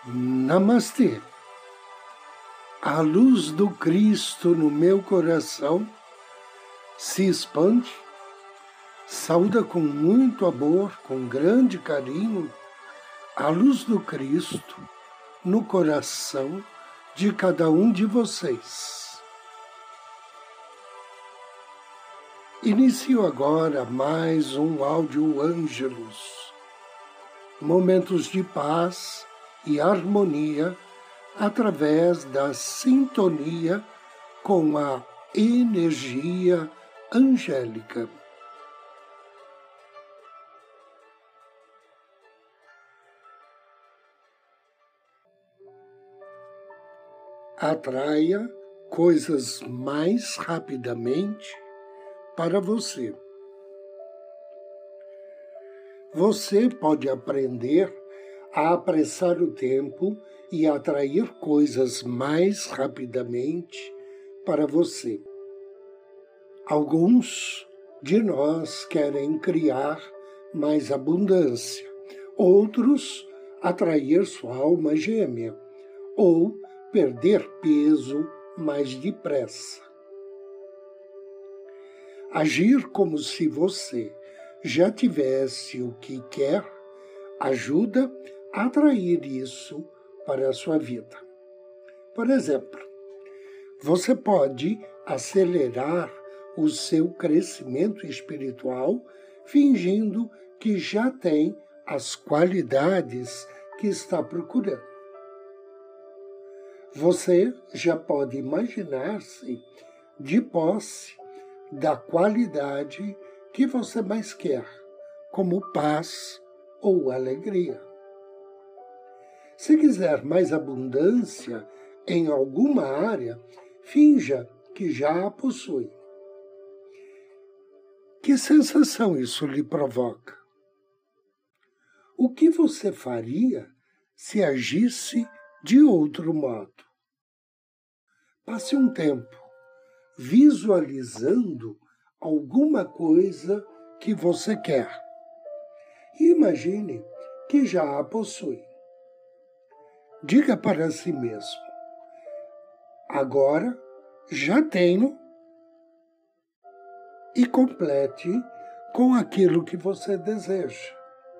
Namastê. A luz do Cristo no meu coração se expande, saúda com muito amor, com grande carinho, a luz do Cristo no coração de cada um de vocês. Inicio agora mais um áudio Ângelus, momentos de paz e harmonia através da sintonia com a energia angélica. Atraia coisas mais rapidamente para você. Você pode aprender a apressar o tempo e atrair coisas mais rapidamente para você. Alguns de nós querem criar mais abundância, outros atrair sua alma gêmea ou perder peso mais depressa. Agir como se você já tivesse o que quer ajuda a atrair isso para a sua vida. Por exemplo, você pode acelerar o seu crescimento espiritual fingindo que já tem as qualidades que está procurando. Você já pode imaginar-se de posse da qualidade que você mais quer, como paz ou alegria. Se quiser mais abundância em alguma área, finja que já a possui. Que sensação isso lhe provoca? O que você faria se agisse de outro modo? Passe um tempo visualizando alguma coisa que você quer e imagine que já a possui. Diga para si mesmo: agora já tenho, e complete com aquilo que você deseja.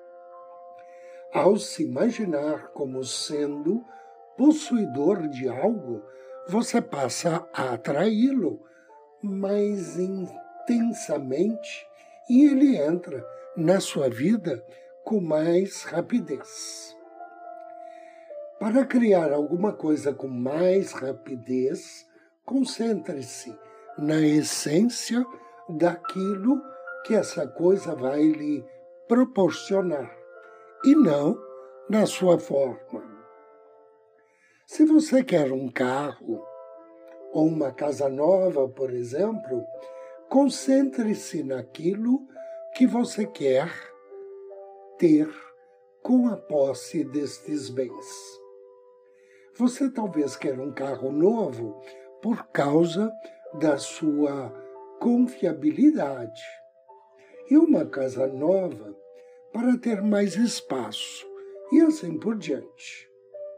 Ao se imaginar como sendo possuidor de algo, você passa a atraí-lo mais intensamente e ele entra na sua vida com mais rapidez. Para criar alguma coisa com mais rapidez, concentre-se na essência daquilo que essa coisa vai lhe proporcionar e não na sua forma. Se você quer um carro ou uma casa nova, por exemplo, concentre-se naquilo que você quer ter com a posse destes bens. Você talvez queira um carro novo por causa da sua confiabilidade e uma casa nova para ter mais espaço e assim por diante.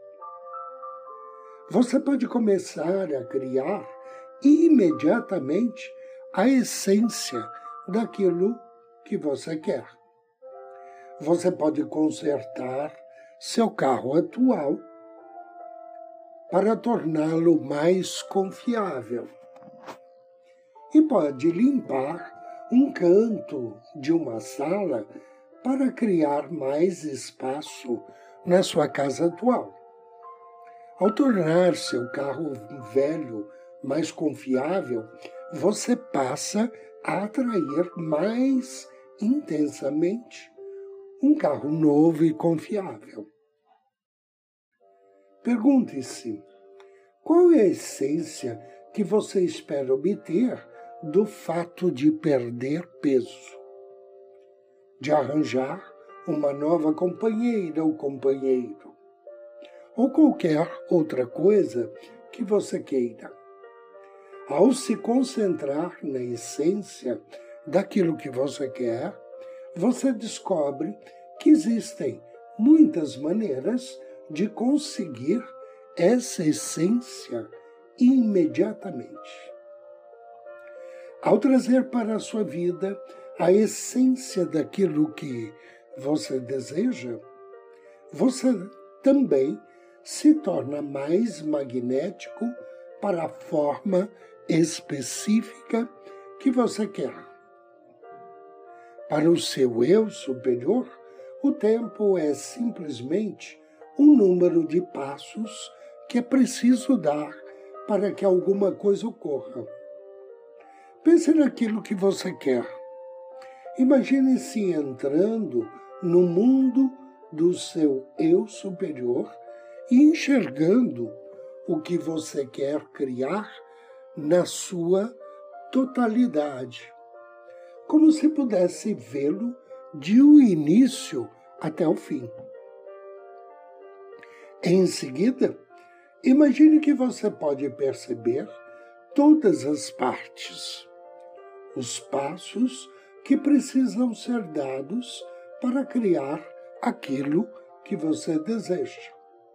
Você pode começar a criar imediatamente a essência daquilo que você quer. Você pode consertar seu carro atual para torná-lo mais confiável. E pode limpar um canto de uma sala para criar mais espaço na sua casa atual. Ao tornar seu carro velho mais confiável, você passa a atrair mais intensamente um carro novo e confiável. Pergunte-se: qual é a essência que você espera obter do fato de perder peso? De arranjar uma nova companheira ou companheiro? Ou qualquer outra coisa que você queira. Ao se concentrar na essência daquilo que você quer, você descobre que existem muitas maneiras de conseguir essa essência imediatamente. Ao trazer para a sua vida a essência daquilo que você deseja, você também se torna mais magnético para a forma específica que você quer. Para o seu eu superior, o tempo é simplesmente um número de passos que é preciso dar para que alguma coisa ocorra. Pense naquilo que você quer. Imagine-se entrando no mundo do seu eu superior e enxergando o que você quer criar na sua totalidade, como se pudesse vê-lo de um início até o fim. Em seguida, imagine que você pode perceber todas as partes, os passos que precisam ser dados para criar aquilo que você deseja.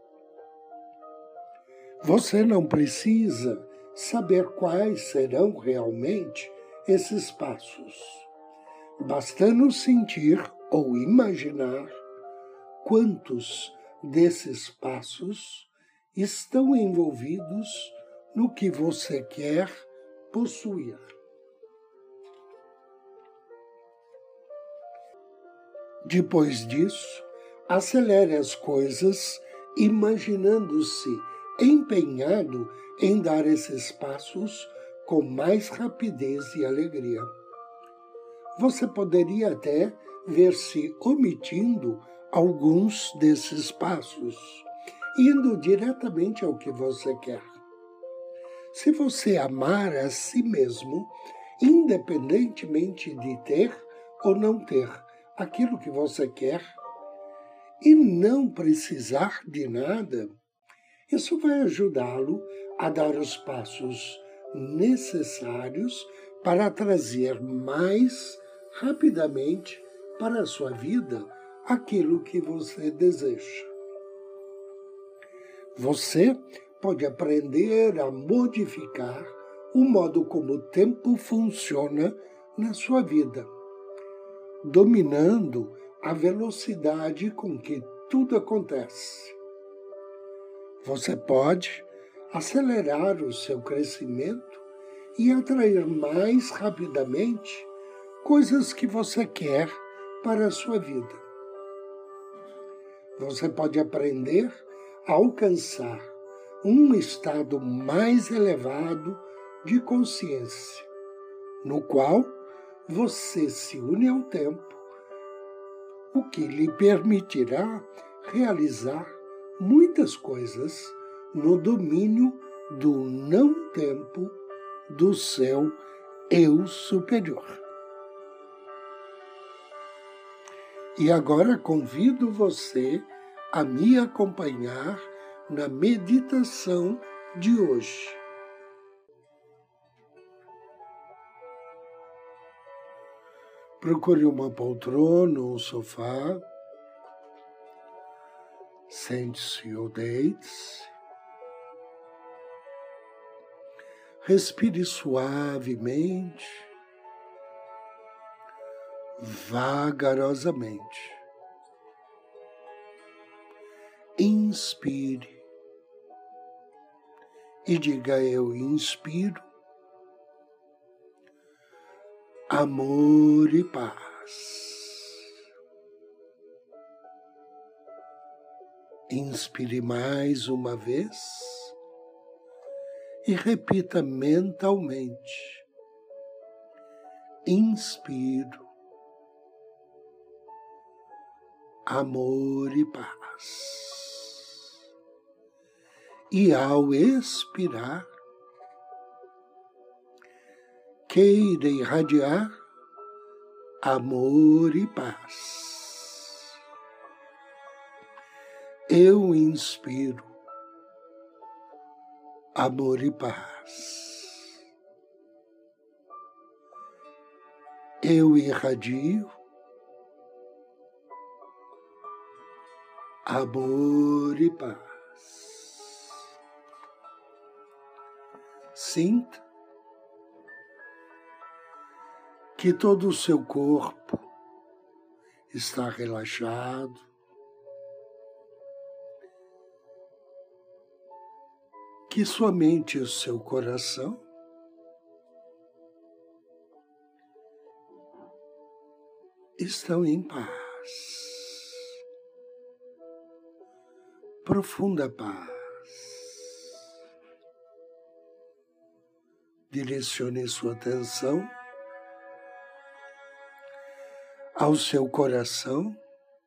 Você não precisa saber quais serão realmente esses passos, bastando sentir ou imaginar quantos desses passos estão envolvidos no que você quer possuir. Depois disso, acelere as coisas, imaginando-se empenhado em dar esses passos com mais rapidez e alegria. Você poderia até ver-se omitindo alguns desses passos, indo diretamente ao que você quer. Se você amar a si mesmo, independentemente de ter ou não ter aquilo que você quer, e não precisar de nada, isso vai ajudá-lo a dar os passos necessários para trazer mais rapidamente para a sua vida aquilo que você deseja. Você pode aprender a modificar o modo como o tempo funciona na sua vida, dominando a velocidade com que tudo acontece. Você pode acelerar o seu crescimento e atrair mais rapidamente coisas que você quer para a sua vida. Você pode aprender a alcançar um estado mais elevado de consciência, no qual você se une ao tempo, o que lhe permitirá realizar muitas coisas no domínio do não-tempo do seu eu superior. E agora convido você a me acompanhar na meditação de hoje. Procure uma poltrona ou um sofá, sente-se ou deite-se, respire suavemente, vagarosamente. Inspire e diga: eu inspiro amor e paz. Inspire mais uma vez e repita mentalmente: inspiro amor e paz. E ao expirar, queira irradiar amor e paz. Eu inspiro amor e paz. Eu irradio amor e paz. Sinta que todo o seu corpo está relaxado, que sua mente e o seu coração estão em paz, profunda paz. Direcione sua atenção ao seu coração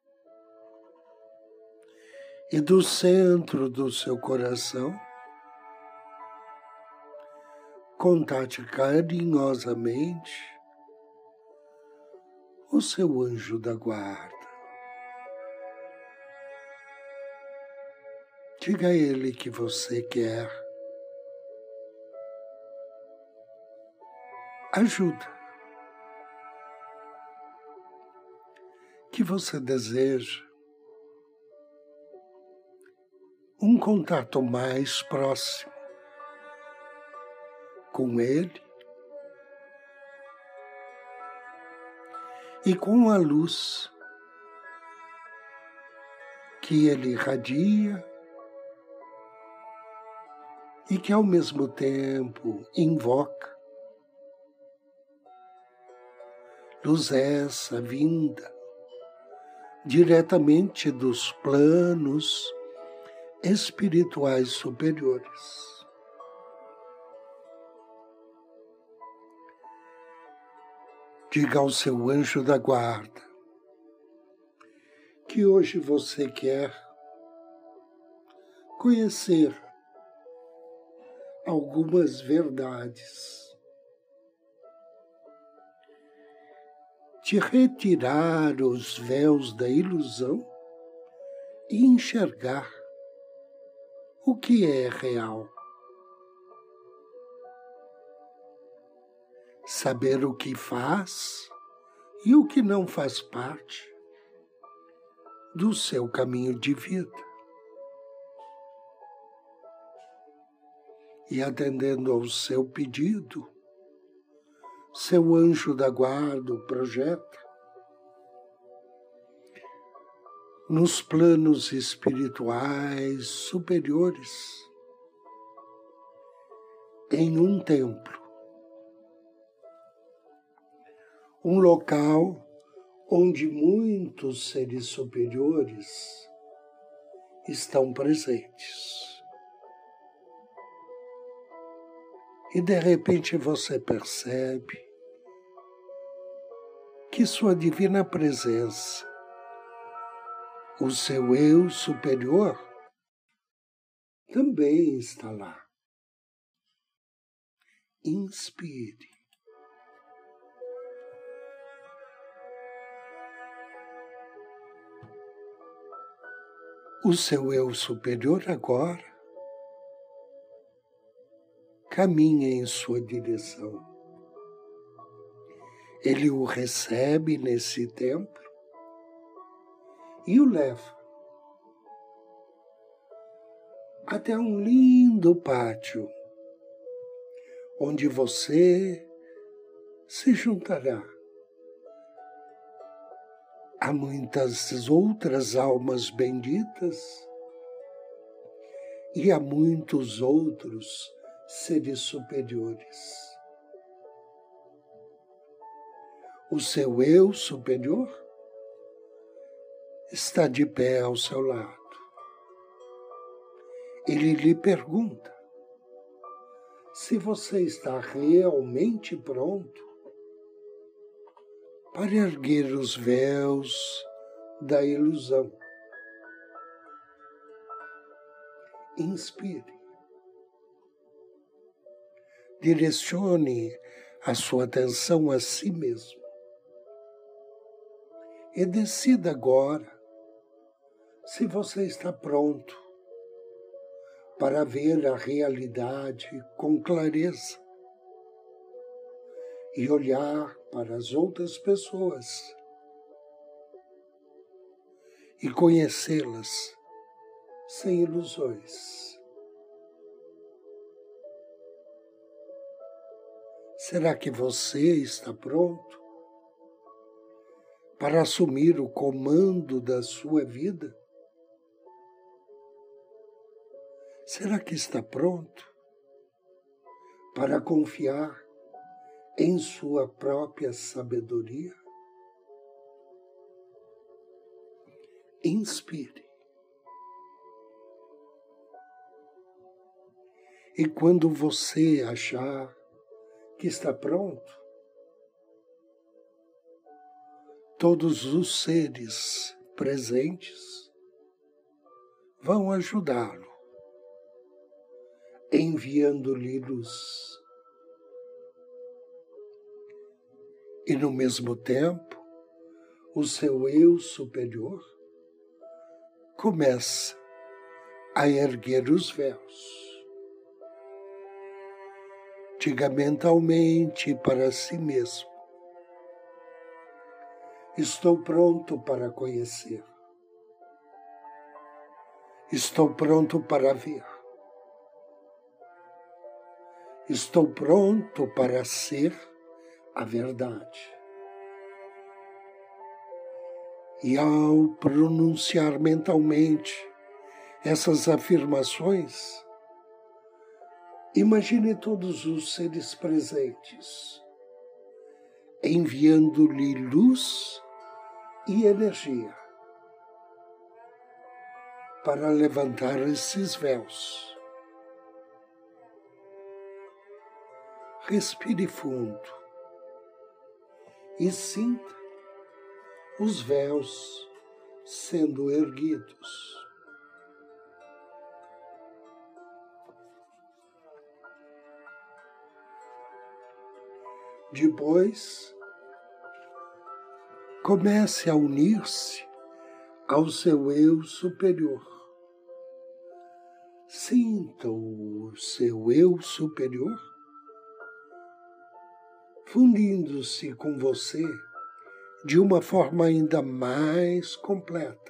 e do centro do seu coração, contate carinhosamente o seu anjo da guarda. Diga a ele que você quer ajuda, que você deseja um contato mais próximo com ele e com a luz que ele irradia e que ao mesmo tempo invoca. Luz essa vinda diretamente dos planos espirituais superiores. Diga ao seu anjo da guarda que hoje você quer conhecer algumas verdades, de retirar os véus da ilusão e enxergar o que é real. Saber o que faz e o que não faz parte do seu caminho de vida. E atendendo ao seu pedido, seu anjo da guarda o projeta nos planos espirituais superiores, em um templo, um local onde muitos seres superiores estão presentes. E de repente você percebe que sua divina presença, o seu eu superior, também está lá. Inspire. O seu eu superior agora caminha em sua direção. Ele o recebe nesse templo e o leva até um lindo pátio, onde você se juntará a muitas outras almas benditas e a muitos outros seres superiores. O seu eu superior está de pé ao seu lado. Ele lhe pergunta se você está realmente pronto para erguer os véus da ilusão. Inspire. Direcione a sua atenção a si mesmo. E decida agora se você está pronto para ver a realidade com clareza e olhar para as outras pessoas e conhecê-las sem ilusões. Será que você está pronto para assumir o comando da sua vida? Será que está pronto para confiar em sua própria sabedoria? Inspire. E quando você achar que está pronto, todos os seres presentes vão ajudá-lo, enviando-lhe luz. E no mesmo tempo, o seu eu superior começa a erguer os véus. Diga mentalmente para si mesmo: estou pronto para conhecer. Estou pronto para ver. Estou pronto para ser a verdade. E ao pronunciar mentalmente essas afirmações, imagine todos os seres presentes, enviando-lhe luz e energia para levantar esses véus. Respire fundo e sinta os véus sendo erguidos. Depois, comece a unir-se ao seu eu superior. Sinta o seu eu superior fundindo-se com você de uma forma ainda mais completa.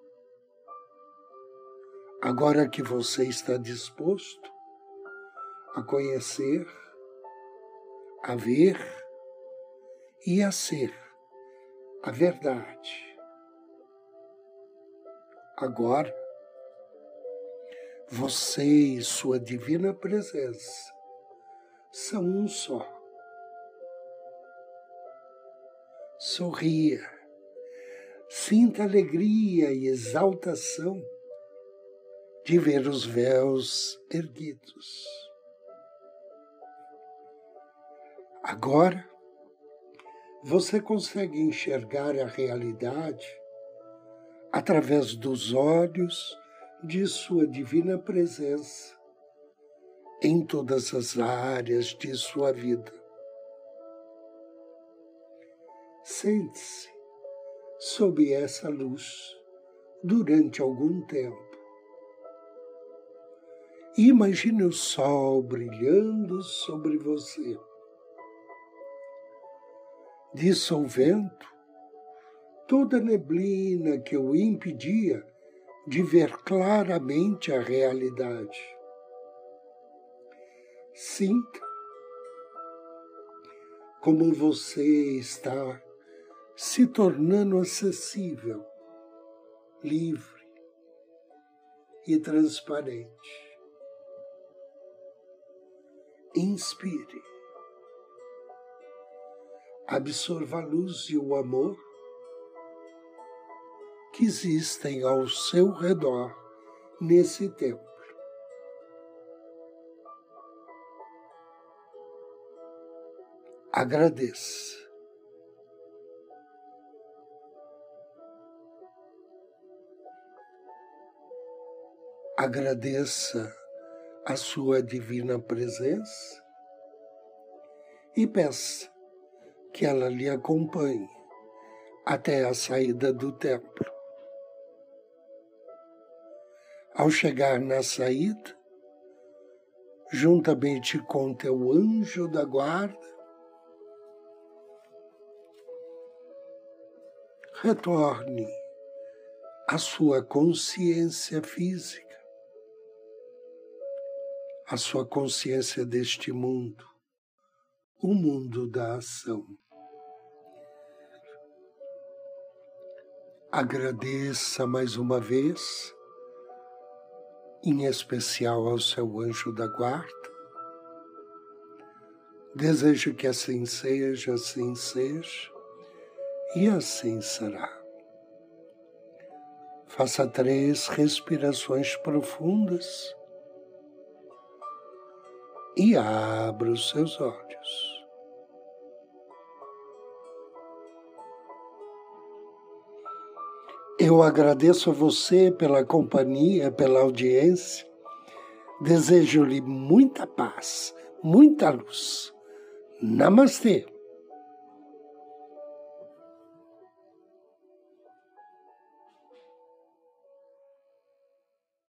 Agora que você está disposto a conhecer, a ver e a ser a verdade. Agora, você e sua divina presença são um só. Sorria, sinta alegria e exaltação de ver os véus erguidos. Agora, você consegue enxergar a realidade através dos olhos de sua divina presença em todas as áreas de sua vida. Sente-se sob essa luz durante algum tempo. Imagine o sol brilhando sobre você, dissolvendo toda a neblina que o impedia de ver claramente a realidade. Sinta como você está se tornando acessível, livre e transparente. Inspire. Absorva a luz e o amor que existem ao seu redor nesse tempo. Agradeça. Agradeça a sua divina presença e peça que ela lhe acompanhe até a saída do templo. Ao chegar na saída, juntamente com teu anjo da guarda, retorne à sua consciência física a sua consciência deste mundo, o mundo da ação. Agradeça mais uma vez, em especial ao seu anjo da guarda. Desejo que assim seja e assim será. Faça 3 respirações profundas e abra os seus olhos. Eu agradeço a você pela companhia, pela audiência. Desejo-lhe muita paz, muita luz. Namastê.